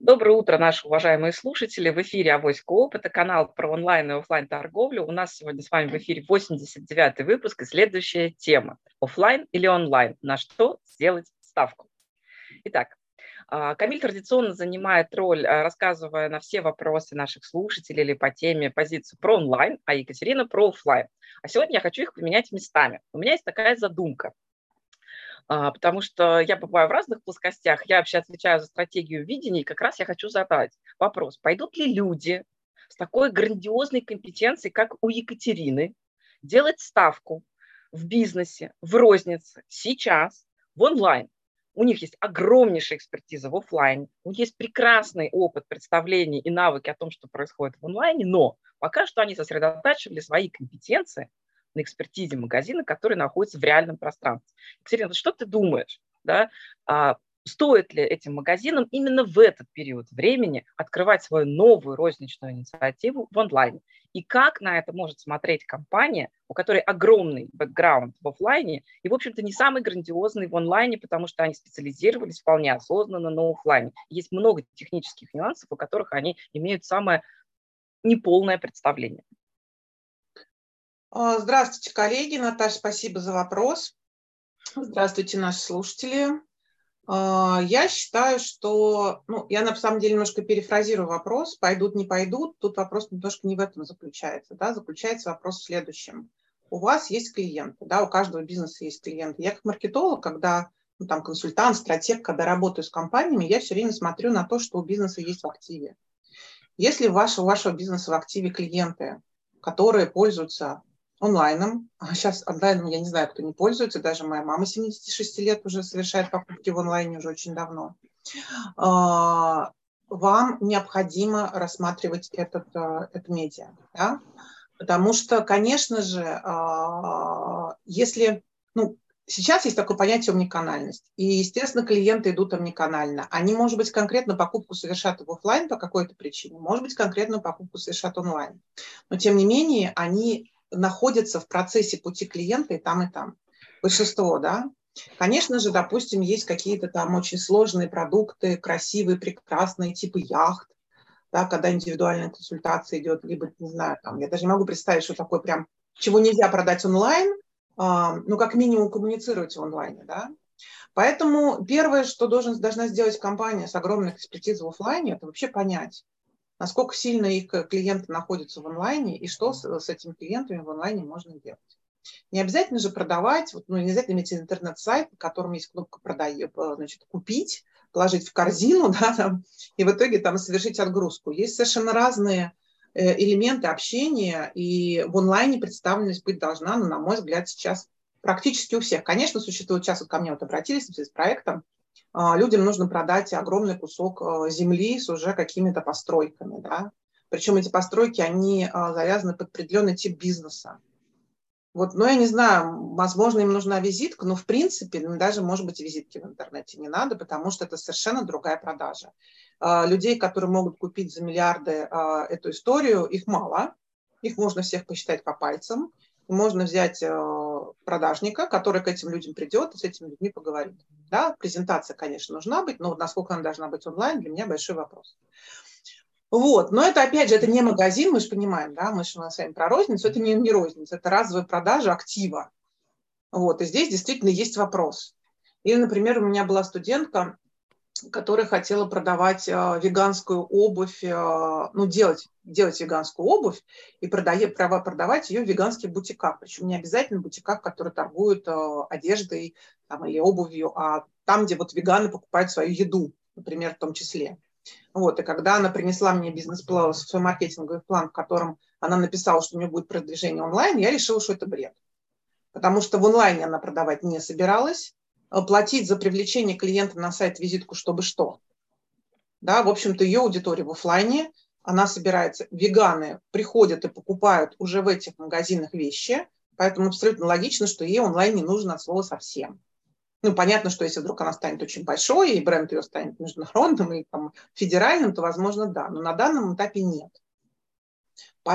Доброе утро, наши уважаемые слушатели. В эфире Авось Кооп. Это канал про онлайн и офлайн торговлю. У нас сегодня с вами в эфире 89-й выпуск и следующая тема. Офлайн или онлайн? На что сделать ставку? Итак, Камиль традиционно занимает роль, рассказывая на все вопросы наших слушателей или по теме позицию про онлайн, а Екатерина про офлайн. А сегодня я хочу их поменять местами. У меня есть такая задумка. Потому что я бываю в разных плоскостях, я вообще отвечаю за стратегию видения, и как раз я хочу задать вопрос, пойдут ли люди с такой грандиозной компетенцией, как у Екатерины, делать ставку в бизнесе, в рознице, сейчас, в онлайн. У них есть огромнейшая экспертиза в офлайне, у них есть прекрасный опыт представления и навыки о том, что происходит в онлайне, но пока что они сосредотачивали свои компетенции на экспертизе магазина, который находится в реальном пространстве. Екатерина, что ты думаешь? Да? Стоит ли этим магазинам именно в этот период времени открывать свою новую розничную инициативу в онлайне? И как на это может смотреть компания, у которой огромный бэкграунд в офлайне и, в общем-то, не самый грандиозный в онлайне, потому что они специализировались вполне осознанно на офлайне. Есть много технических нюансов, у которых они имеют самое неполное представление. Здравствуйте, коллеги. Наташа, спасибо за вопрос. Здравствуйте, наши слушатели. Я считаю, что... я на самом деле немножко перефразирую вопрос. Пойдут, не пойдут. Тут вопрос немножко не в этом заключается. Да? Заключается вопрос в следующем. У вас есть клиенты, да? У каждого бизнеса есть клиенты. Я как маркетолог, когда консультант, стратег, когда работаю с компаниями, я все время смотрю на то, что у бизнеса есть в активе. Если у вашего бизнеса в активе клиенты, которые пользуются онлайном. Сейчас онлайном я не знаю, кто не пользуется. Даже моя мама 76 лет уже совершает покупки в онлайне уже очень давно. Вам необходимо рассматривать это медиа. Да? Потому что, конечно же, если... Сейчас есть такое понятие омниканальность. И, естественно, клиенты идут омниканально. Они, может быть, конкретно покупку совершат в офлайн по какой-то причине, может быть, конкретную покупку совершат онлайн. Но, тем не менее, они находятся в процессе пути клиента и там, и там. Большинство, да. Конечно же, допустим, есть какие-то там очень сложные продукты, красивые, прекрасные, типа яхт, да, когда индивидуальная консультация идет, либо, не знаю, я даже не могу представить, что такое прям, чего нельзя продать онлайн, как минимум коммуницировать в онлайне, да. Поэтому первое, что должна сделать компания с огромной экспертизой в офлайне, это вообще понять, насколько сильно их клиенты находятся в онлайне и что с этими клиентами в онлайне можно делать. Не обязательно же продавать, не обязательно иметь интернет-сайт, на котором есть кнопка «Купить», положить в корзину, да, и в итоге совершить отгрузку. Есть совершенно разные элементы общения, и в онлайне представленность быть должна, на мой взгляд, сейчас практически у всех. Конечно, существует, сейчас ко мне обратились с проектом, людям нужно продать огромный кусок земли с уже какими-то постройками, да. Причем эти постройки, они завязаны под определенный тип бизнеса. Я не знаю, возможно, им нужна визитка, но в принципе даже, может быть, визитки в интернете не надо, потому что это совершенно другая продажа. Людей, которые могут купить за миллиарды эту историю, их мало. Их можно всех посчитать по пальцам. Можно взять продажника, который к этим людям придет и с этими людьми поговорит. Да, презентация, конечно, нужна быть, но насколько она должна быть онлайн, для меня большой вопрос. Но это, опять же, это не магазин, мы же понимаем, да, мы же с вами про розницу, это не розница, это разовая продажа актива. И здесь действительно есть вопрос. Или, например, у меня была студентка, которая хотела продавать веганскую обувь, делать веганскую обувь и продавать ее в веганских бутиках. Причем не обязательно в бутиках, которые торгуют одеждой или обувью, а там, где веганы покупают свою еду, например, в том числе. И когда она принесла мне бизнес-план, свой маркетинговый план, в котором она написала, что у нее будет продвижение онлайн, я решила, что это бред. Потому что в онлайне она продавать не собиралась, платить за привлечение клиента на сайт визитку, чтобы что. Да, в общем-то, ее аудитория в офлайне, она собирается. Веганы приходят и покупают уже в этих магазинах вещи, поэтому абсолютно логично, что ей онлайн не нужно от слова совсем. Понятно, что если вдруг она станет очень большой, и бренд ее станет международным и федеральным, то, возможно, да. Но на данном этапе нет.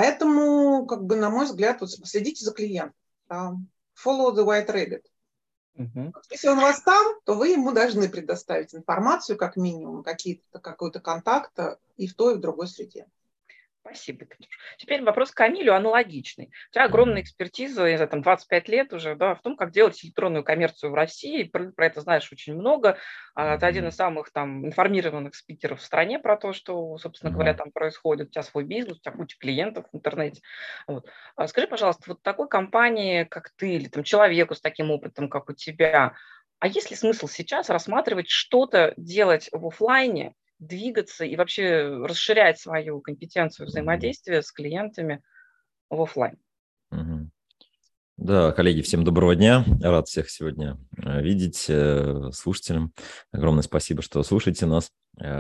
Поэтому, на мой взгляд, следите за клиентом. Follow the white rabbit. Мгм. Если он у вас там, то вы ему должны предоставить информацию, как минимум, какой-то контакт и в той, и в другой среде. Спасибо, Катюш. Теперь вопрос к Камилю аналогичный. У тебя огромная экспертиза, я знаю, там 25 лет уже, да, в том, как делать электронную коммерцию в России. Про это знаешь очень много. Ты один из самых там информированных спикеров в стране про то, что, собственно говоря, там происходит. У тебя свой бизнес, у тебя куча клиентов в интернете. Вот. Скажи, пожалуйста, вот такой компании, как ты, или там человеку с таким опытом, как у тебя, а есть ли смысл сейчас рассматривать что-то делать в офлайне, двигаться и вообще расширять свою компетенцию взаимодействия с клиентами в офлайн? Мгм. Да, коллеги, всем доброго дня. Рад всех сегодня видеть, слушателям. Огромное спасибо, что слушаете нас.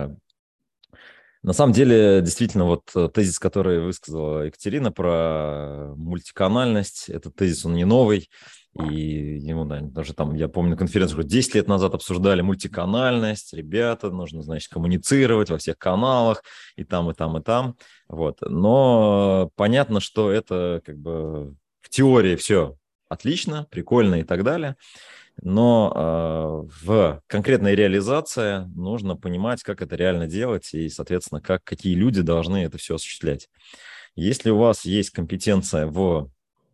На самом деле, действительно, вот тезис, который высказала Екатерина про мультиканальность, этот тезис, он не новый. И ему, да, даже там, я помню, на конференцию 10 лет назад обсуждали мультиканальность. Ребята, нужно, значит, коммуницировать во всех каналах, и там, и там, и там. Вот. Но понятно, что это как бы в теории все отлично, прикольно и так далее. Но в конкретной реализации нужно понимать, как это реально делать и, соответственно, какие люди должны это все осуществлять. Если у вас есть компетенция в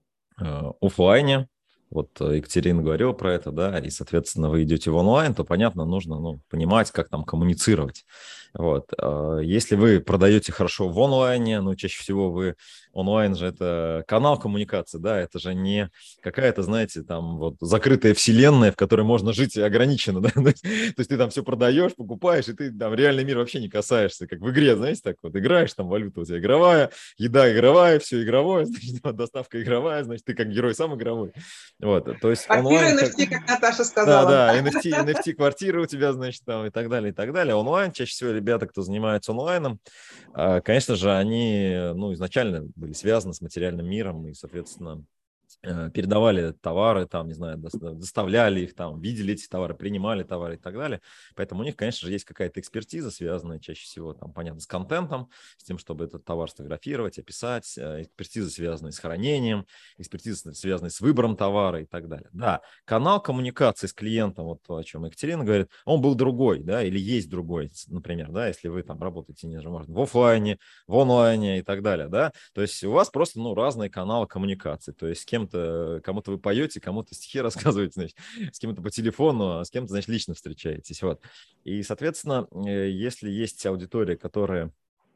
офлайне, вот Екатерина говорила про это, да, и, соответственно, вы идете в онлайн, то, понятно, нужно понимать, как там коммуницировать. Вот. Если вы продаете хорошо в онлайне, чаще всего вы онлайн же это канал коммуникации, да, это же не какая-то, знаете, там вот закрытая вселенная, в которой можно жить ограниченно, да, то есть ты там все продаешь, покупаешь, и ты там реальный мир вообще не касаешься, как в игре, знаете, так вот играешь, там валюта у тебя игровая, еда игровая, все игровое, значит, доставка игровая, значит, ты как герой сам игровой. Вот, то есть Квартира онлайн... NFT, как Наташа Да, сказала. да, NFT квартира у тебя, значит, там и так далее, и так далее. Онлайн, чаще всего ребята, кто занимается онлайном, конечно же, они, изначально были связаны с материальным миром и, соответственно, передавали товары, там, не знаю, доставляли их, там, видели эти товары, принимали товары и так далее. Поэтому у них, конечно же, есть какая-то экспертиза, связанная чаще всего, там, понятно, с контентом, с тем, чтобы этот товар сфотографировать, описать, экспертиза, связанная с хранением, экспертиза, связанная с выбором товара и так далее. Да, канал коммуникации с клиентом, вот то, о чем Екатерина говорит, он был другой, да, или есть другой, например, да, если вы там работаете, не знаю, может, в офлайне, в онлайне и так далее, да, то есть у вас просто, разные каналы коммуникации, то есть с кем-то, кому-то вы поете, кому-то стихи рассказываете, значит, с кем-то по телефону, а с кем-то, значит, лично встречаетесь, вот. И, соответственно, если есть аудитория, которая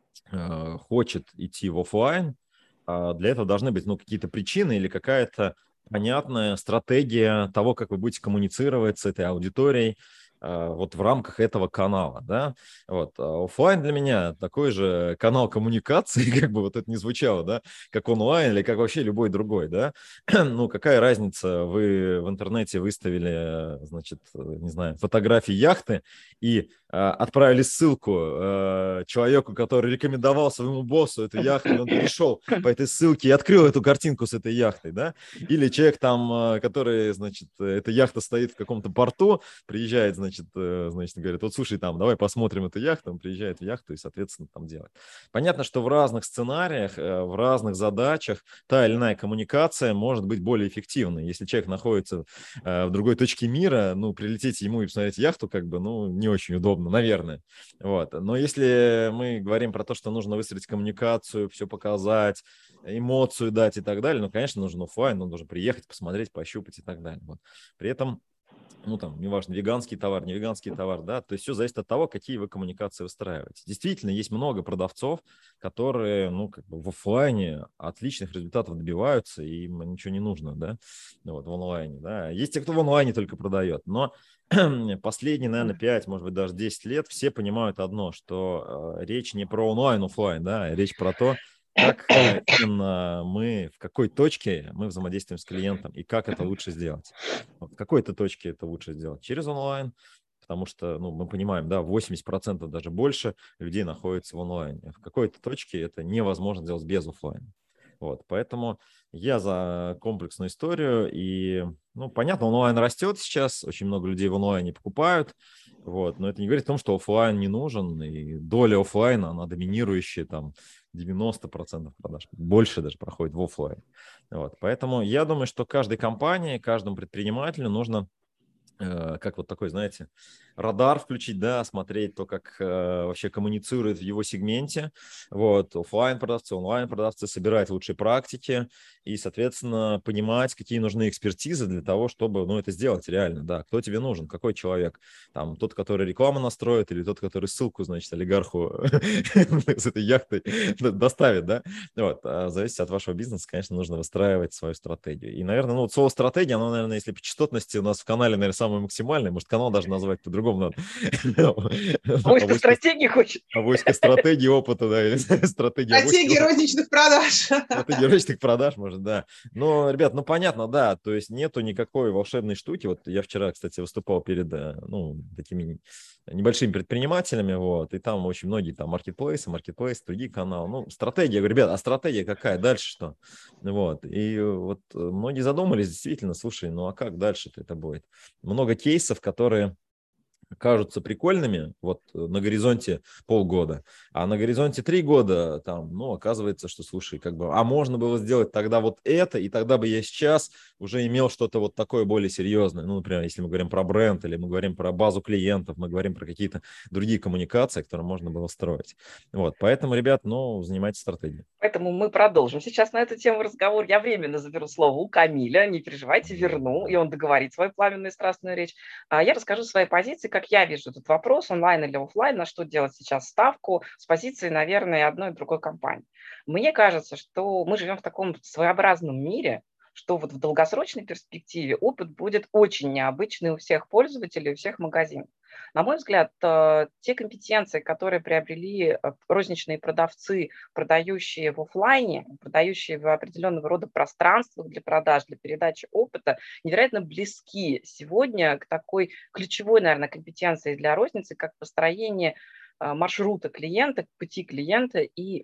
хочет идти в офлайн, для этого должны быть, какие-то причины или какая-то понятная стратегия того, как вы будете коммуницировать с этой аудиторией, вот в рамках этого канала, да, вот. Оффлайн для меня такой же канал коммуникации, как бы вот это ни звучало, да, как онлайн или как вообще любой другой, да, какая разница, вы в интернете выставили, значит, не знаю, фотографии яхты и отправили ссылку человеку, который рекомендовал своему боссу эту яхту, и он перешел по этой ссылке и открыл эту картинку с этой яхтой, да, или человек там, который, значит, эта яхта стоит в каком-то порту, приезжает, значит, говорит, вот слушай, там, давай посмотрим эту яхту, он приезжает в яхту и, соответственно, там делает. Понятно, что в разных сценариях, в разных задачах та или иная коммуникация может быть более эффективной. Если человек находится в другой точке мира, прилететь ему и посмотреть яхту, как бы, не очень удобно, наверное. Вот. Но если мы говорим про то, что нужно выстроить коммуникацию, все показать, эмоцию дать и так далее, конечно, нужен офлайн, нужно приехать, посмотреть, пощупать и так далее. Вот. При этом неважно, веганский товар, не веганский товар, да, то есть все зависит от того, какие вы коммуникации выстраиваете. Действительно, есть много продавцов, которые, в офлайне отличных результатов добиваются, и им ничего не нужно, да, вот, в онлайне, да. Есть те, кто в онлайне только продает, но последние, наверное, 5, может быть, даже 10 лет все понимают одно, что речь не про онлайн, офлайн, да, речь про то, как именно мы, в какой точке мы взаимодействуем с клиентом и как это лучше сделать. В какой-то точке это лучше сделать через онлайн, потому что, мы понимаем, да, 80% даже больше людей находится в онлайне. В какой-то точке это невозможно сделать без офлайна. Вот, поэтому я за комплексную историю, и, понятно, онлайн растет сейчас, очень много людей в онлайне покупают, вот, но это не говорит о том, что офлайн не нужен, и доля офлайна, она доминирующая, там, 90% продаж, больше даже проходит в офлайн. Вот, поэтому я думаю, что каждой компании, каждому предпринимателю нужно как вот такой, знаете, радар включить, да, смотреть то, как вообще коммуницирует в его сегменте. Вот, офлайн-продавцы, онлайн-продавцы, собирать лучшие практики и, соответственно, понимать, какие нужны экспертизы для того, чтобы, ну, это сделать реально, да. Кто тебе нужен, какой человек? Там, тот, который рекламу настроит, или тот, который ссылку, значит, олигарху с этой яхтой доставит, да? Вот, зависит от вашего бизнеса, конечно, нужно выстраивать свою стратегию. И, наверное, ну, вот слово стратегия, оно, наверное, если по частотности у нас в канале, наверное, самое максимальное, может, канал даже назвать по-другому надо. Авоська стратегии хочет. Авоська стратегии опыта, да, или стратегия Стратегия розничных продаж. Стратегия розничных продаж, может, да. Но, ребят, ну, понятно, да, то есть нету никакой волшебной штуки. Вот я вчера, кстати, выступал перед, ну, такими небольшими предпринимателями, вот, и там очень многие, там, маркетплейсы, другие каналы. Ну, стратегия, я говорю, ребят, а стратегия какая? Дальше что? Вот, и вот многие задумались, действительно, слушай, ну, а как дальше-то это будет? Много кейсов, которые кажутся прикольными вот на горизонте полгода, а на горизонте 3 года там, ну, оказывается, что, слушай, как бы, а можно было сделать тогда вот это, и тогда бы я сейчас уже имел что-то вот такое более серьезное. Ну, например, если мы говорим про бренд, или мы говорим про базу клиентов, мы говорим про какие-то другие коммуникации, которые можно было строить. Вот, поэтому, ребят, ну, занимайтесь стратегией. Поэтому мы продолжим сейчас на эту тему разговор. Я временно заберу слово у Камиля, не переживайте, верну, и он договорит свою пламенную и страстную речь. Я расскажу свои позиции, как я вижу этот вопрос, онлайн или офлайн, на что делать сейчас ставку с позиции, наверное, одной и другой компании. Мне кажется, что мы живем в таком своеобразном мире, что вот в долгосрочной перспективе опыт будет очень необычный у всех пользователей, у всех магазинов. На мой взгляд, те компетенции, которые приобрели розничные продавцы, продающие в офлайне, продающие в определенного рода пространствах для продаж, для передачи опыта, невероятно близки сегодня к такой ключевой, наверное, компетенции для розницы, как построение маршрута клиента, пути клиента и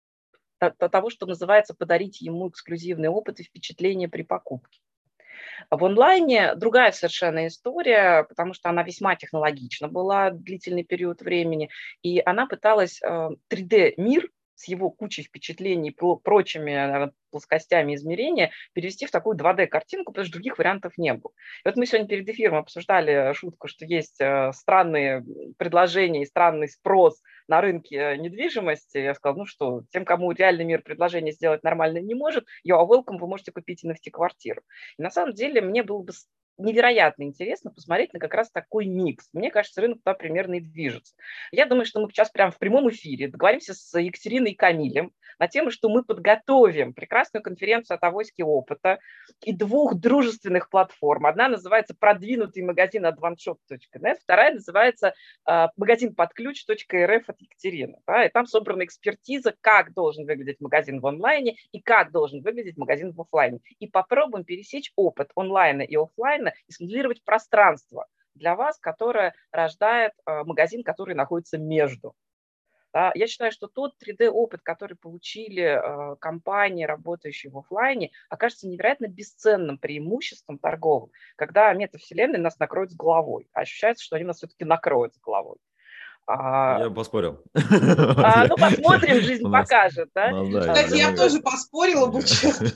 того, что называется, подарить ему эксклюзивный опыт и впечатление при покупке. В онлайне другая совершенно история, потому что она весьма технологична была длительный период времени, и она пыталась 3D-мир с его кучей впечатлений, прочими плоскостями измерения перевести в такую 2D-картинку, потому что других вариантов не было. И вот мы сегодня перед эфиром обсуждали шутку, что есть странные предложения и странный спрос на рынке недвижимости. Я сказала, ну что, тем, кому реальный мир предложения сделать нормально не может, you're welcome, вы можете купить NFT-квартиру. И на самом деле мне было бы невероятно интересно посмотреть на как раз такой микс. Мне кажется, рынок туда примерно и движется. Я думаю, что мы сейчас прямо в прямом эфире договоримся с Екатериной и Камилем на тему, что мы подготовим прекрасную конференцию от авоськи опыта и 2 дружественных платформ. Одна называется «Продвинутый магазин advancedshop.net», вторая называется «Магазин под ключ.рф» от Екатерины. Да, и там собрана экспертиза, как должен выглядеть магазин в онлайне и как должен выглядеть магазин в офлайне. И попробуем пересечь опыт онлайна и офлайна и смоделировать пространство для вас, которое рождает магазин, который находится между. Да, я считаю, что тот 3D-опыт, который получили компании, работающие в офлайне, окажется невероятно бесценным преимуществом торговым, когда метавселенные нас накроют с головой. А ощущается, что они нас все-таки накроют с головой. Я бы поспорил. Ну, посмотрим, жизнь покажет. Кстати, я тоже поспорила бы.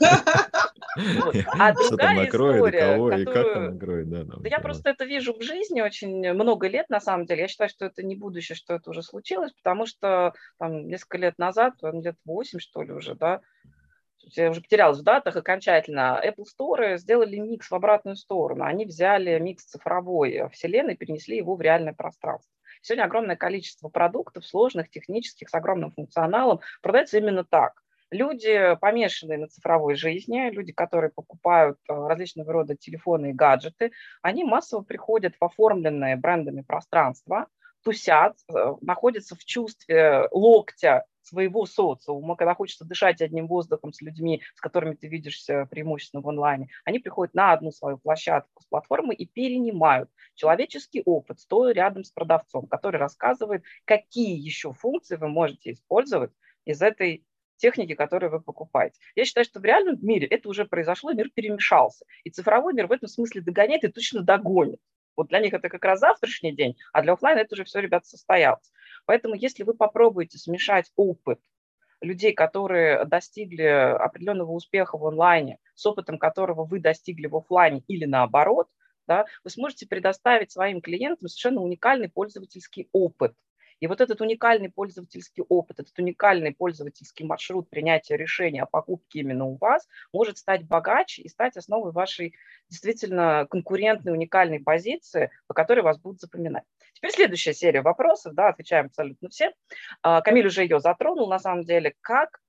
А что там другая накроет, и история, кого, и как там накроет. Да, я просто это вижу в жизни очень много лет, на самом деле. Я считаю, что это не будущее, что это уже случилось, потому что там несколько лет назад, лет 8, что ли, уже, да, я уже потерялась в датах окончательно, Apple Store сделали микс в обратную сторону. Они взяли микс цифровой вселенной и перенесли его в реальное пространство. Сегодня огромное количество продуктов, сложных, технических, с огромным функционалом, продается именно так. Люди, помешанные на цифровой жизни, люди, которые покупают различного рода телефоны и гаджеты, они массово приходят в оформленные брендами пространства, тусят, находятся в чувстве локтя своего социума, когда хочется дышать одним воздухом с людьми, с которыми ты видишься преимущественно в онлайне, они приходят на одну свою площадку с платформы и перенимают человеческий опыт, стоя рядом с продавцом, который рассказывает, какие еще функции вы можете использовать из этой техники, которые вы покупаете. Я считаю, что в реальном мире это уже произошло, мир перемешался. И цифровой мир в этом смысле догоняет и точно догонит. Вот для них это как раз завтрашний день, а для офлайна это уже все, ребята, состоялось. Поэтому если вы попробуете смешать опыт людей, которые достигли определенного успеха в онлайне, с опытом которого вы достигли в офлайне или наоборот, да, вы сможете предоставить своим клиентам совершенно уникальный пользовательский опыт. И вот этот уникальный пользовательский опыт, этот уникальный пользовательский маршрут принятия решения о покупке именно у вас может стать богаче и стать основой вашей действительно конкурентной, уникальной позиции, по которой вас будут запоминать. Теперь следующая серия вопросов, да, отвечаем абсолютно все. Камиль уже ее затронул, на самом деле, как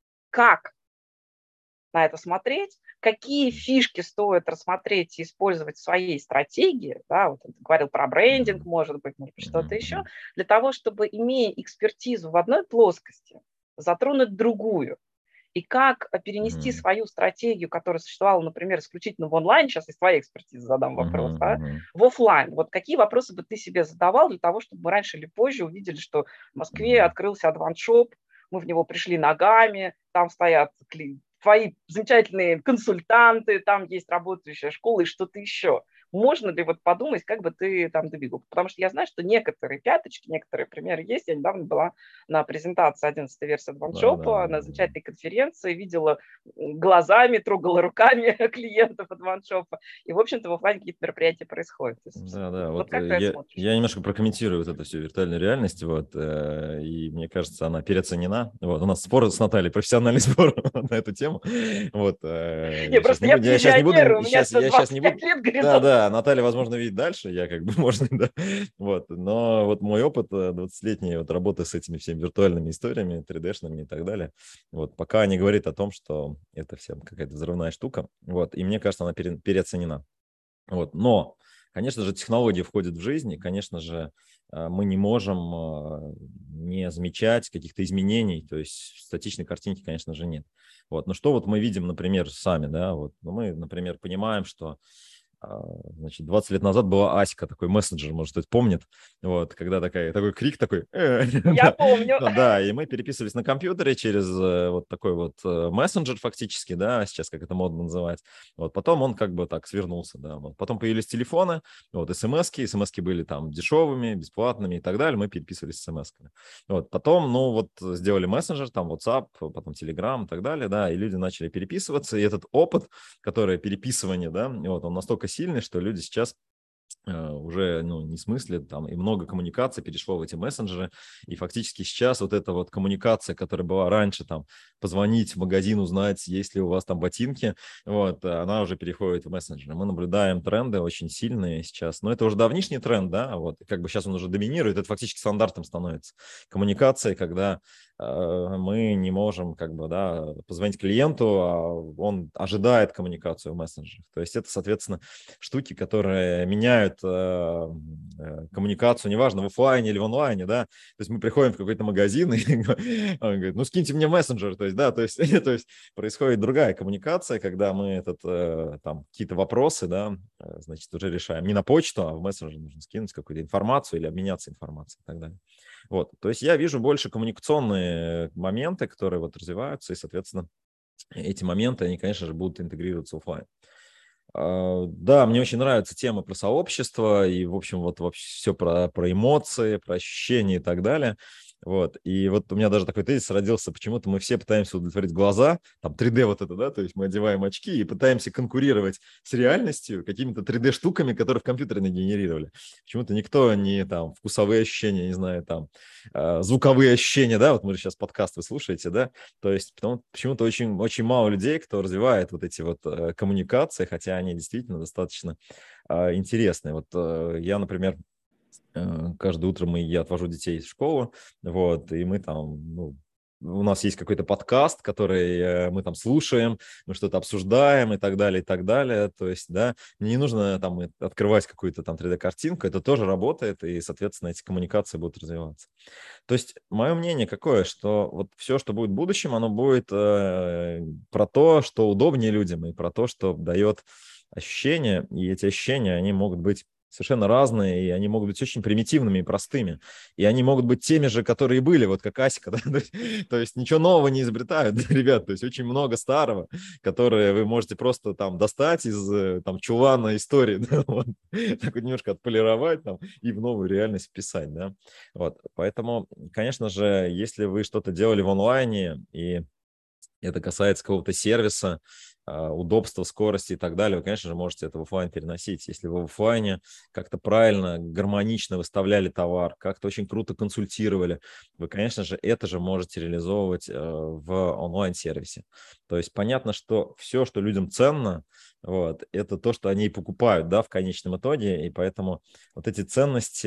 на это смотреть, какие фишки стоит рассмотреть и использовать в своей стратегии, да, вот он говорил про брендинг, может быть, что-то еще, для того, чтобы, имея экспертизу в одной плоскости, затронуть другую. И как перенести свою стратегию, которая существовала, например, исключительно в онлайн, сейчас из твоей экспертизы задам вопрос, да, в офлайн. Вот какие вопросы бы ты себе задавал для того, чтобы мы раньше или позже увидели, что в Москве открылся адваншоп, мы в него пришли ногами, там стоят твои замечательные консультанты, там есть работающая школа и что-то еще. Можно ли вот подумать, как бы ты там двигал? Потому что я знаю, что некоторые пяточки, некоторые примеры есть. Я недавно была на презентации 11-й версии AdvanceShop, на замечательной конференции, видела глазами, трогала руками клиентов AdvanceShop. И, в общем-то, в офлайн какие-то мероприятия происходят. Да. Вот как ты это смотришь? Я немножко прокомментирую вот эту всю виртуальную реальность, вот, и мне кажется, она переоценена. Вот, у нас спор с Натальей, профессиональный спор на эту тему. Вот, я сейчас не буду. У меня 25 лет горизонт. Да, Наталья, возможно, видит дальше, я как бы, можно, да. Вот, но вот мой опыт 20-летней вот работы с этими всеми виртуальными историями, 3D-шными и так далее, вот, пока не говорит о том, что это вся какая-то взрывная штука, вот, и мне кажется, она переоценена. Вот, но, конечно же, технологии входят в жизнь, и, конечно же, мы не можем не замечать каких-то изменений, то есть статичной картинки, конечно же, нет. Вот, но что вот мы видим, например, сами, да, вот, мы, например, понимаем, что значит, 20 лет назад была Аська, такой мессенджер, может, кто-то помнит, вот, когда такой крик такой. Я помню. Да, и мы переписывались на компьютере через вот такой вот мессенджер фактически, да, сейчас как это модно называть. Вот, потом он как бы так свернулся, да, вот. Потом появились телефоны, вот, смс-ки были там дешевыми, бесплатными и так далее, мы переписывались смс-ками. Вот, потом, ну, вот, сделали мессенджер, там, WhatsApp, потом Telegram и так далее, да, и люди начали переписываться, и этот опыт, который переписывание, да, вот, он настолько сильный, что люди сейчас уже не смыслят, там и много коммуникаций перешло в эти мессенджеры, и фактически сейчас вот эта вот коммуникация, которая была раньше, там, позвонить в магазин, узнать, есть ли у вас там ботинки, вот, она уже переходит в мессенджеры. Мы наблюдаем тренды очень сильные сейчас, но это уже давнишний тренд, да, вот, как бы сейчас он уже доминирует, это фактически стандартом становится. Коммуникация, когда мы не можем, как бы, да, позвонить клиенту, а он ожидает коммуникацию в мессенджерах. То есть это, соответственно, штуки, которые меняют коммуникацию, неважно, в офлайне или в онлайне, да. То есть мы приходим в какой-то магазин, и он говорит, ну, скиньте мне мессенджер, то есть, да, то есть происходит другая коммуникация, когда мы там какие-то вопросы, да, значит, уже решаем не на почту, а в мессенджер нужно скинуть какую-то информацию или обменяться информацией и так далее. Вот, то есть я вижу больше коммуникационные моменты, которые вот развиваются, и, соответственно, эти моменты, они, конечно же, будут интегрироваться в офлайн. Да, мне очень нравится тема про сообщество и, в общем, вот вообще все про эмоции, про ощущения и так далее. Вот, и вот у меня даже такой тезис родился, почему-то мы все пытаемся удовлетворить глаза, там 3D вот это, да, то есть мы одеваем очки и пытаемся конкурировать с реальностью какими-то 3D-штуками, которые в компьютере нагенерировали. Почему-то никто не там вкусовые ощущения, не знаю, там звуковые ощущения, да, вот мы же сейчас подкаст вы слушаете, да, то есть почему-то очень, очень мало людей, кто развивает вот эти вот коммуникации, хотя они действительно достаточно интересные. Вот я, например, каждое утро я отвожу детей в школу, вот, и мы там, у нас есть какой-то подкаст, который мы там слушаем, мы что-то обсуждаем и так далее, и так далее. То есть, да, мне не нужно там открывать какую-то там 3D-картинку, это тоже работает, и, соответственно, эти коммуникации будут развиваться. То есть, мое мнение какое, что вот все, что будет в будущем, оно будет про то, что удобнее людям, и про то, что дает ощущения, и эти ощущения, они могут быть совершенно разные, и они могут быть очень примитивными и простыми. И они могут быть теми же, которые были, вот как Асика. Да? То есть ничего нового не изобретают, ребят. То есть очень много старого, которое вы можете просто там достать из там чулана истории, да? Вот. Так вот немножко отполировать там, и в новую реальность вписать. Да? Вот. Поэтому, конечно же, если вы что-то делали в онлайне, и это касается какого-то сервиса, удобства, скорости и так далее, вы, конечно же, можете это в офлайн переносить. Если вы в офлайне как-то правильно, гармонично выставляли товар, как-то очень круто консультировали, вы, конечно же, это же можете реализовывать в онлайн-сервисе. То есть понятно, что все, что людям ценно, вот, это то, что они и покупают, да, в конечном итоге, и поэтому вот эти ценности,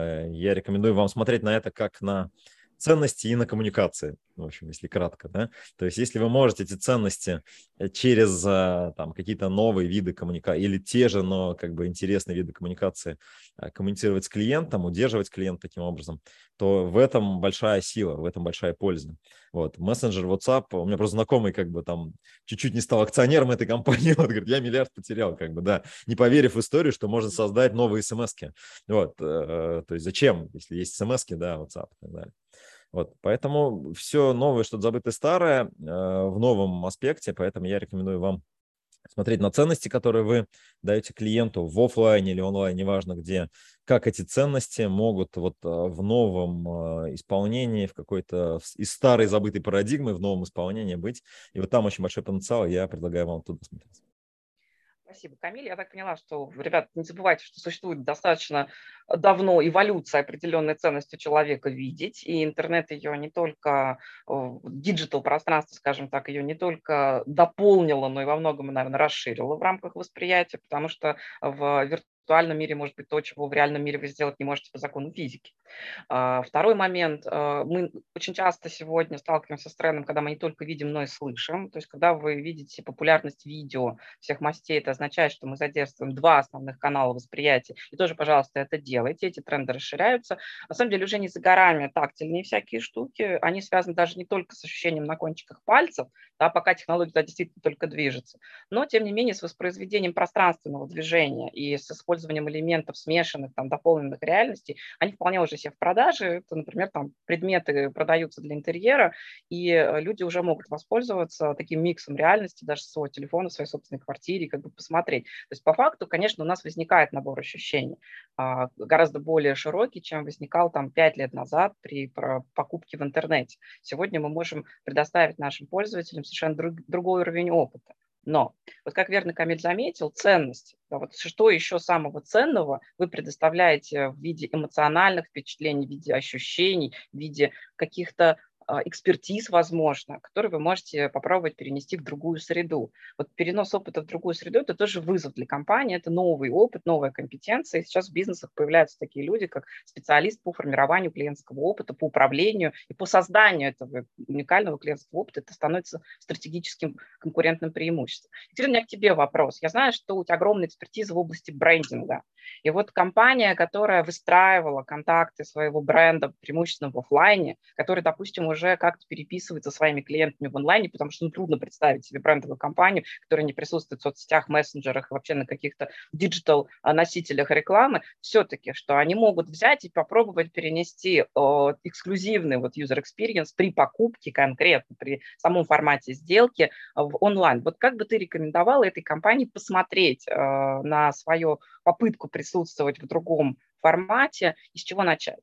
я рекомендую вам смотреть на это как на ценности и на коммуникации, в общем, если кратко, да. То есть если вы можете эти ценности через там какие-то новые виды коммуникации или те же, но как бы интересные виды коммуникации коммуницировать с клиентом, удерживать клиента таким образом, то в этом большая сила, в этом большая польза. Вот. Мессенджер WhatsApp, у меня просто знакомый как бы там чуть-чуть не стал акционером этой компании, вот, говорит, я миллиард потерял, как бы, да, не поверив в историю, что можно создать новые смс-ки. Вот, то есть зачем, если есть смс-ки, да, WhatsApp и так далее. Вот, поэтому все новое, что-то забытое старое в новом аспекте, поэтому я рекомендую вам смотреть на ценности, которые вы даете клиенту в офлайне или онлайне, неважно где, как эти ценности могут вот в новом исполнении, в какой-то из старой забытой парадигмы в новом исполнении быть. И вот там очень большой потенциал, я предлагаю вам туда смотреть. Спасибо, Камиль. Я так поняла, что, ребята, не забывайте, что существует достаточно давно эволюция определенной ценности человека видеть, и интернет ее не только, диджитал-пространство, скажем так, ее не только дополнило, но и во многом, наверное, расширило в рамках восприятия, потому что в виртуальном мире может быть то, чего в реальном мире вы сделать не можете по закону физики. Второй момент. Мы очень часто сегодня сталкиваемся с трендом, когда мы не только видим, но и слышим. То есть когда вы видите популярность видео всех мастей, это означает, что мы задействуем два основных канала восприятия. И тоже, пожалуйста, это делайте. Эти тренды расширяются. На самом деле уже не за горами тактильные всякие штуки. Они связаны даже не только с ощущением на кончиках пальцев, да, пока технология туда действительно только движется, но, тем не менее, с воспроизведением пространственного движения и с использованием элементов смешанных, там, дополненных реальностей, они вполне уже все в продаже. Это, например, там предметы продаются для интерьера, и люди уже могут воспользоваться таким миксом реальности даже с своего телефона, в своей собственной квартире, как бы посмотреть. То есть по факту, конечно, у нас возникает набор ощущений гораздо более широкий, чем возникал там 5 лет назад при покупке в интернете. Сегодня мы можем предоставить нашим пользователям совершенно другой уровень опыта. Но, вот как верно Камиль заметил, ценности. Да, вот что еще самого ценного вы предоставляете в виде эмоциональных впечатлений, в виде ощущений, в виде каких-то экспертиз, возможно, которые вы можете попробовать перенести в другую среду. Вот перенос опыта в другую среду – это тоже вызов для компании, это новый опыт, новая компетенция. И сейчас в бизнесах появляются такие люди, как специалист по формированию клиентского опыта, по управлению и по созданию этого уникального клиентского опыта. Это становится стратегическим конкурентным преимуществом. Теперь у меня к тебе вопрос. Я знаю, что у тебя огромная экспертиза в области брендинга. И вот компания, которая выстраивала контакты своего бренда преимущественно в офлайне, который, допустим, уже как-то переписывается со своими клиентами в онлайне, потому что трудно представить себе брендовую компанию, которая не присутствует в соцсетях, мессенджерах и вообще на каких-то диджитал-носителях рекламы, все-таки, что они могут взять и попробовать перенести эксклюзивный вот user experience при покупке конкретно, при самом формате сделки в онлайн. Вот как бы ты рекомендовала этой компании посмотреть на свою попытку присутствовать в другом формате и с чего начать?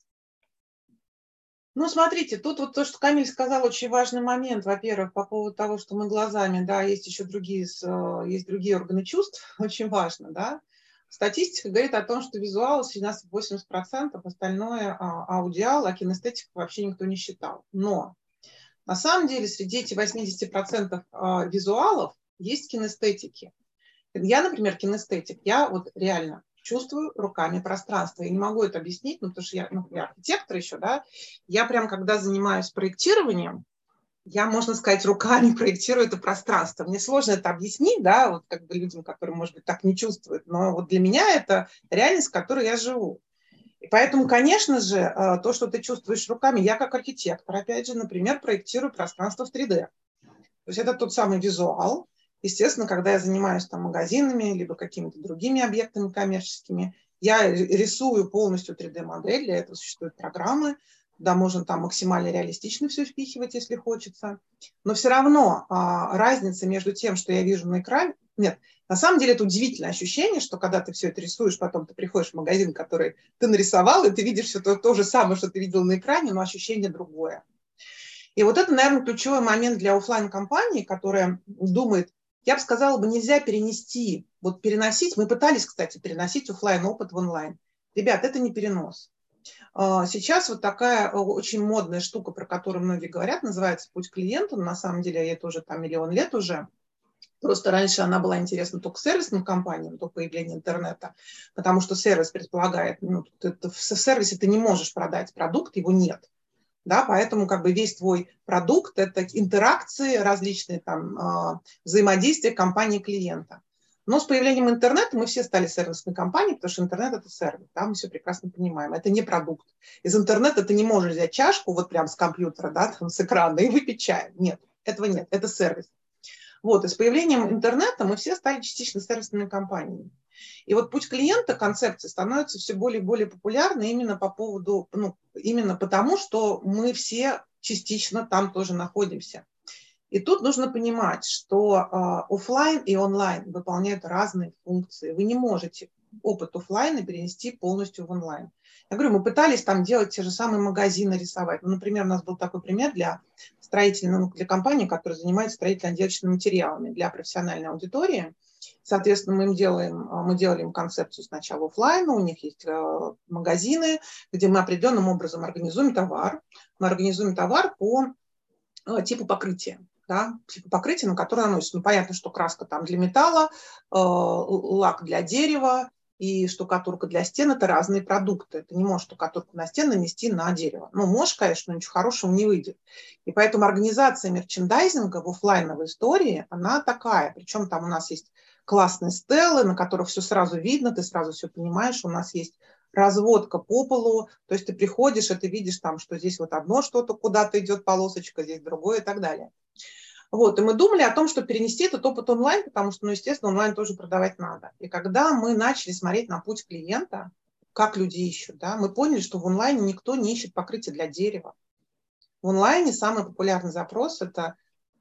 Ну, смотрите, тут вот то, что Камиль сказал, очень важный момент. Во-первых, по поводу того, что мы глазами, да, есть еще другие органы чувств, очень важно, да. Статистика говорит о том, что визуал у нас 80%, остальное аудиал, а кинестетику вообще никто не считал. Но на самом деле среди этих 80% визуалов есть кинестетики. Я, например, кинестетик, я вот реально чувствую руками пространство. Я не могу это объяснить, но потому что я архитектор еще, да, я прям, когда занимаюсь проектированием, я, можно сказать, руками проектирую это пространство. Мне сложно это объяснить, да, вот как бы людям, которые, может быть, так не чувствуют, но вот для меня это реальность, в которой я живу. И поэтому, конечно же, то, что ты чувствуешь руками, я как архитектор, опять же, например, проектирую пространство в 3D. То есть это тот самый визуал. Естественно, когда я занимаюсь там магазинами, либо какими-то другими объектами коммерческими, я рисую полностью 3D-модель, для этого существуют программы, да, можно там максимально реалистично все впихивать, если хочется. Но все равно разница между тем, что я вижу на экране, нет, на самом деле это удивительное ощущение, что когда ты все это рисуешь, потом ты приходишь в магазин, который ты нарисовал, и ты видишь все то же самое, что ты видел на экране, но ощущение другое. И вот это, наверное, ключевой момент для офлайн-компании, которая думает, я бы сказала, нельзя перенести, вот переносить, мы пытались, кстати, переносить офлайн опыт в онлайн. Ребят, это не перенос. Сейчас вот такая очень модная штука, про которую многие говорят, называется «Путь клиента». На самом деле ей тоже там миллион лет уже. Просто раньше она была интересна только сервисным компаниям до появления интернета, потому что сервис предполагает, в сервисе ты не можешь продать продукт, его нет. Да, поэтому как бы весь твой продукт – это интеракции, различные там взаимодействия компании и клиента. Но с появлением интернета мы все стали сервисной компанией, потому что интернет – это сервис, да, мы все прекрасно понимаем. Это не продукт. Из интернета ты не можешь взять чашку вот прям с компьютера, да, там, с экрана и выпить чай. Нет, этого нет, это сервис. Вот, и с появлением интернета мы все стали частично сервисными компаниями. И вот путь клиента, концепция становится все более и более популярной именно по поводу, именно потому, что мы все частично там тоже находимся. И тут нужно понимать, что офлайн и онлайн выполняют разные функции. Вы не можете опыт офлайна перенести полностью в онлайн. Я говорю, мы пытались там делать те же самые магазины, рисовать. Например, у нас был такой пример для для компании, которая занимается строительно-отделочными материалами для профессиональной аудитории. Соответственно, мы делали им концепцию сначала офлайна, у них есть магазины, где мы определенным образом организуем товар. Мы организуем товар по типу покрытия. Да, типа покрытия, на которое наносится. Понятно, что краска там для металла, лак для дерева и штукатурка для стен – это разные продукты. Ты не можешь штукатурку на стену нанести на дерево. Можешь, конечно, но ничего хорошего не выйдет. И поэтому организация мерчендайзинга в офлайновой истории, она такая. Причем там у нас есть классные стеллы, на которых все сразу видно, ты сразу все понимаешь. У нас есть разводка по полу, то есть ты приходишь, и ты видишь там, что здесь вот одно что-то куда-то идет полосочка, здесь другое и так далее. Вот, и мы думали о том, что перенести этот опыт онлайн, потому что, естественно, онлайн тоже продавать надо. И когда мы начали смотреть на путь клиента, как люди ищут, да, мы поняли, что в онлайне никто не ищет покрытие для дерева. В онлайне самый популярный запрос – это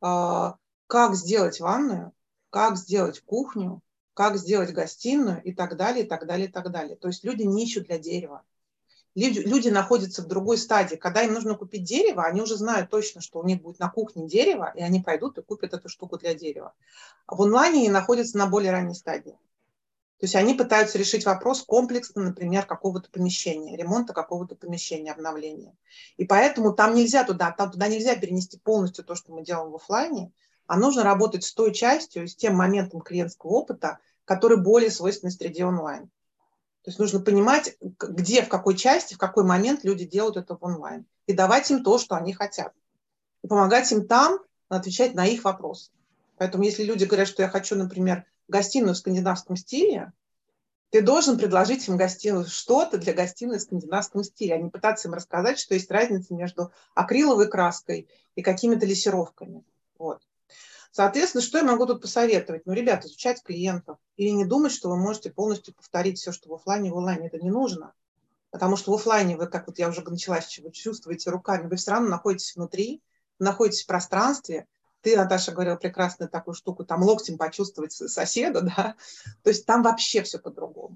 как сделать ванную, как сделать кухню, как сделать гостиную и так далее, и так далее, и так далее. То есть люди не ищут для дерева. Люди находятся в другой стадии. Когда им нужно купить дерево, они уже знают точно, что у них будет на кухне дерево, и они пойдут и купят эту штуку для дерева. А в онлайне они находятся на более ранней стадии. То есть они пытаются решить вопрос комплексно, например, какого-то помещения, ремонта какого-то помещения, обновления. И поэтому там туда нельзя перенести полностью то, что мы делаем в офлайне, а нужно работать с той частью, с тем моментом клиентского опыта, который более свойственный среде онлайн. То есть нужно понимать, где, в какой части, в какой момент люди делают это в онлайн. И давать им то, что они хотят. И помогать им там отвечать на их вопросы. Поэтому если люди говорят, что я хочу, например, гостиную в скандинавском стиле, ты должен предложить им что-то для гостиной в скандинавском стиле, а не пытаться им рассказать, что есть разница между акриловой краской и какими-то лессировками. Вот. Соответственно, что я могу тут посоветовать? Ребята, изучать клиентов. И не думать, что вы можете полностью повторить все, что в офлайне, в онлайне. Это не нужно. Потому что в офлайне вы, как вот я уже начала, вы чувствуете руками, вы все равно находитесь внутри, находитесь в пространстве. Ты, Наташа, говорила прекрасную такую штуку, там локтем почувствовать соседа, да. То есть там вообще все по-другому.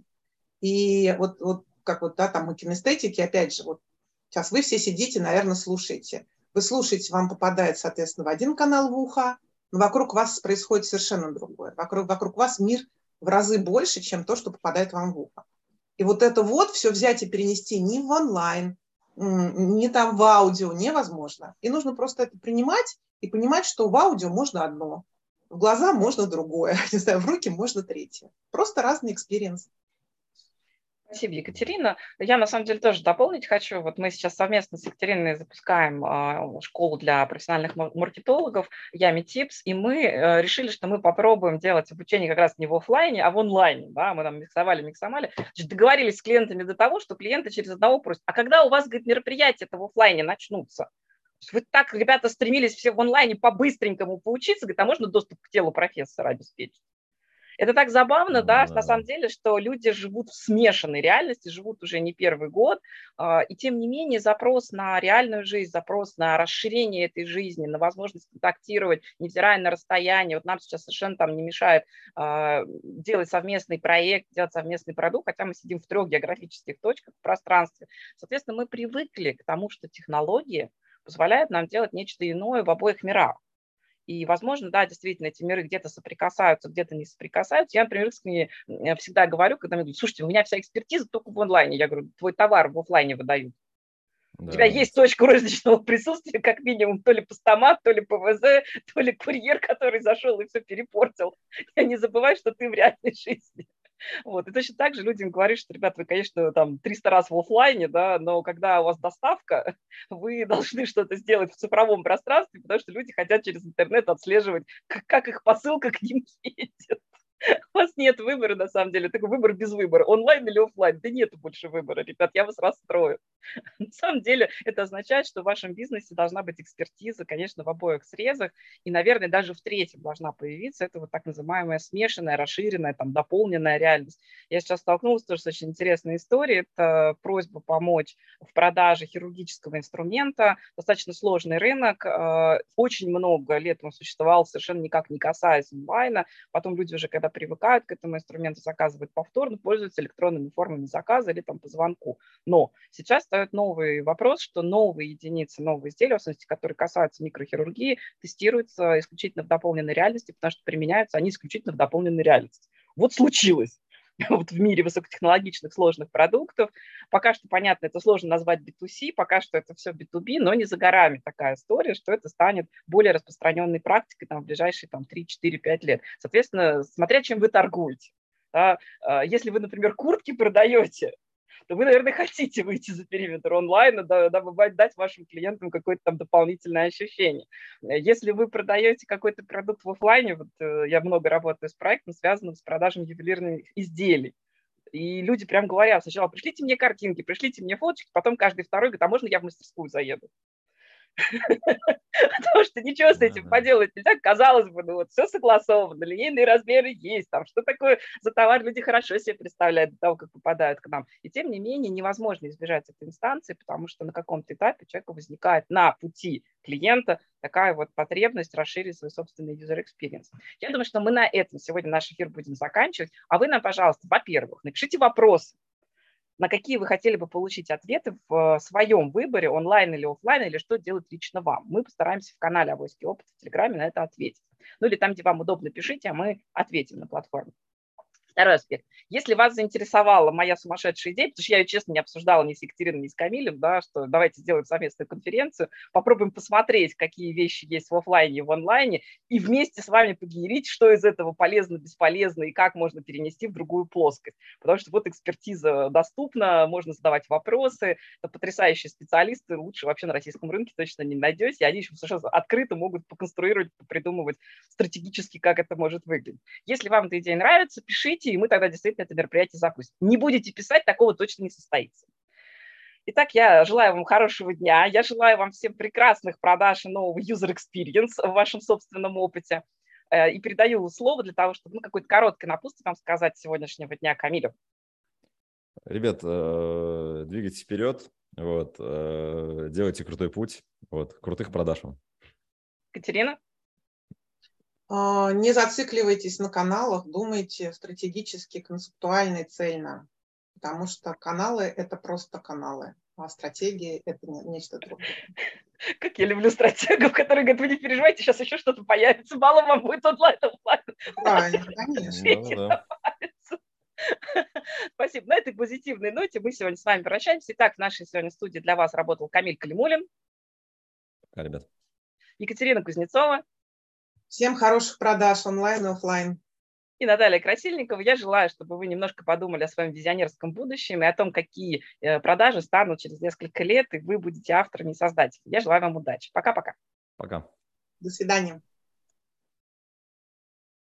И вот как вот, да, там мы кинестетики, опять же, вот сейчас вы все сидите, наверное, слушаете. Вы слушаете, вам попадает, соответственно, в один канал в ухо, но вокруг вас происходит совершенно другое. Вокруг вас мир в разы больше, чем то, что попадает вам в ухо. И вот это вот все взять и перенести ни в онлайн, ни там в аудио невозможно. И нужно просто это принимать и понимать, что в аудио можно одно, в глаза можно другое, не знаю, в руки можно третье. Просто разный экспириенс. Спасибо, Екатерина. Я, на самом деле, тоже дополнить хочу. Вот мы сейчас совместно с Екатериной запускаем школу для профессиональных маркетологов Yummy Tips, и мы решили, что мы попробуем делать обучение как раз не в офлайне, а в онлайне. Да? Мы там миксовали. Значит, договорились с клиентами до того, что клиенты через одного просят, а когда у вас, говорит, мероприятия-то в офлайне начнутся? Вы так, ребята, стремились все в онлайне по-быстренькому поучиться, говорит, а можно доступ к телу профессора обеспечить? Это так забавно, да, на самом деле, что люди живут в смешанной реальности, живут уже не первый год, и тем не менее запрос на реальную жизнь, запрос на расширение этой жизни, на возможность контактировать, невзирая на расстояние. Вот нам сейчас совершенно там не мешает делать совместный проект, делать совместный продукт, хотя мы сидим в 3 географических точках в пространстве. Соответственно, мы привыкли к тому, что технологии позволяют нам делать нечто иное в обоих мирах. И, возможно, да, действительно, эти миры где-то соприкасаются, где-то не соприкасаются. Я, например, искренне всегда говорю, когда мне говорят, слушайте, у меня вся экспертиза только в онлайне. Я говорю, твой товар в офлайне выдают. У тебя есть точка розничного присутствия, как минимум, то ли постамат, то ли ПВЗ, то ли курьер, который зашел и все перепортил. Не забывай, что ты в реальной жизни. Вот. И точно так же людям говоришь, что, ребят, вы, конечно, там 300 раз в офлайне, да, но когда у вас доставка, вы должны что-то сделать в цифровом пространстве, потому что люди хотят через интернет отслеживать, как их посылка к ним едет. У вас нет выбора, на самом деле, такой выбор без выбора, онлайн или офлайн. Да нет больше выбора, ребят, я вас расстрою. На самом деле это означает, что в вашем бизнесе должна быть экспертиза, конечно, в обоих срезах, и, наверное, даже в третьем должна появиться. Это вот так называемая смешанная, расширенная, там, дополненная реальность. Я сейчас столкнулась тоже с очень интересной историей. Это просьба помочь в продаже хирургического инструмента. Достаточно сложный рынок. Очень много лет он существовал, совершенно никак не касаясь онлайна. Потом люди уже, когда привыкают к этому инструменту, заказывают повторно, пользуются электронными формами заказа или там по звонку. Но сейчас встает новый вопрос, что новые единицы, новые изделия, в частности, которые касаются микрохирургии, тестируются исключительно в дополненной реальности, потому что применяются они исключительно в дополненной реальности. Вот случилось. Вот в мире высокотехнологичных сложных продуктов. Пока что, понятно, это сложно назвать B2C, пока что это все B2B, но не за горами такая история, что это станет более распространенной практикой там, в ближайшие там, 3, 4, 5 лет. Соответственно, смотря чем вы торгуете. Да? Если вы, например, куртки продаете, то вы, наверное, хотите выйти за периметр онлайна, дабы дать вашим клиентам какое-то там дополнительное ощущение. Если вы продаете какой-то продукт в офлайне, вот я много работаю с проектом, связанным с продажей ювелирных изделий, и люди прям говорят, сначала пришлите мне картинки, пришлите мне фоточки, потом каждый второй говорит, а можно я в мастерскую заеду? Потому что ничего с этим поделать нельзя. Казалось бы, ну вот все согласовано, линейные размеры есть, там что такое за товар, люди хорошо себе представляют до того, как попадают к нам. И тем не менее невозможно избежать этой инстанции, потому что на каком-то этапе у человека возникает на пути клиента такая вот потребность расширить свой собственный user experience. Я думаю, что мы на этом сегодня наш эфир будем заканчивать. А вы нам, пожалуйста, во-первых, напишите вопросы, на какие вы хотели бы получить ответы в своем выборе, онлайн или офлайн, или что делать лично вам. Мы постараемся в канале «Авойский опыт» в Телеграме на это ответить. Ну или там, где вам удобно, пишите, а мы ответим на платформе. Второй аспект. Если вас заинтересовала моя сумасшедшая идея, потому что я ее, честно, не обсуждала ни с Екатериной, ни с Камилем, да, что давайте сделаем совместную конференцию, попробуем посмотреть, какие вещи есть в офлайне и в онлайне, и вместе с вами погенерить, что из этого полезно, бесполезно, и как можно перенести в другую плоскость. Потому что вот экспертиза доступна, можно задавать вопросы, это потрясающие специалисты, лучше вообще на российском рынке точно не найдете, и они еще совершенно открыто могут поконструировать, придумывать стратегически, как это может выглядеть. Если вам эта идея нравится, пишите, и мы тогда действительно это мероприятие запустим. Не будете писать, такого точно не состоится. Итак, я желаю вам хорошего дня, я желаю вам всем прекрасных продаж и нового user experience в вашем собственном опыте. И передаю слово для того, чтобы какое-то короткое напутствие вам сказать сегодняшнего дня Камилю. Ребят, двигайтесь вперед, вот, делайте крутой путь, вот, крутых продаж вам. Катерина? Не зацикливайтесь на каналах, думайте стратегически, концептуально и цельно, потому что каналы – это просто каналы, а стратегии – это нечто другое. Как я люблю стратегов, которые говорят, вы не переживайте, сейчас еще что-то появится, мало вам будет онлайн, офлайн. Правильно, конечно. Спасибо. На этой позитивной ноте мы сегодня с вами прощаемся. Итак, в нашей сегодня студии для вас работал Камиль Калимуллин. Пока, ребят. Екатерина Кузнецова. Всем хороших продаж онлайн и офлайн. И Наталья Красильникова. Я желаю, чтобы вы немножко подумали о своем визионерском будущем и о том, какие продажи станут через несколько лет, и вы будете авторами и создателями. Я желаю вам удачи. Пока-пока. Пока. До свидания.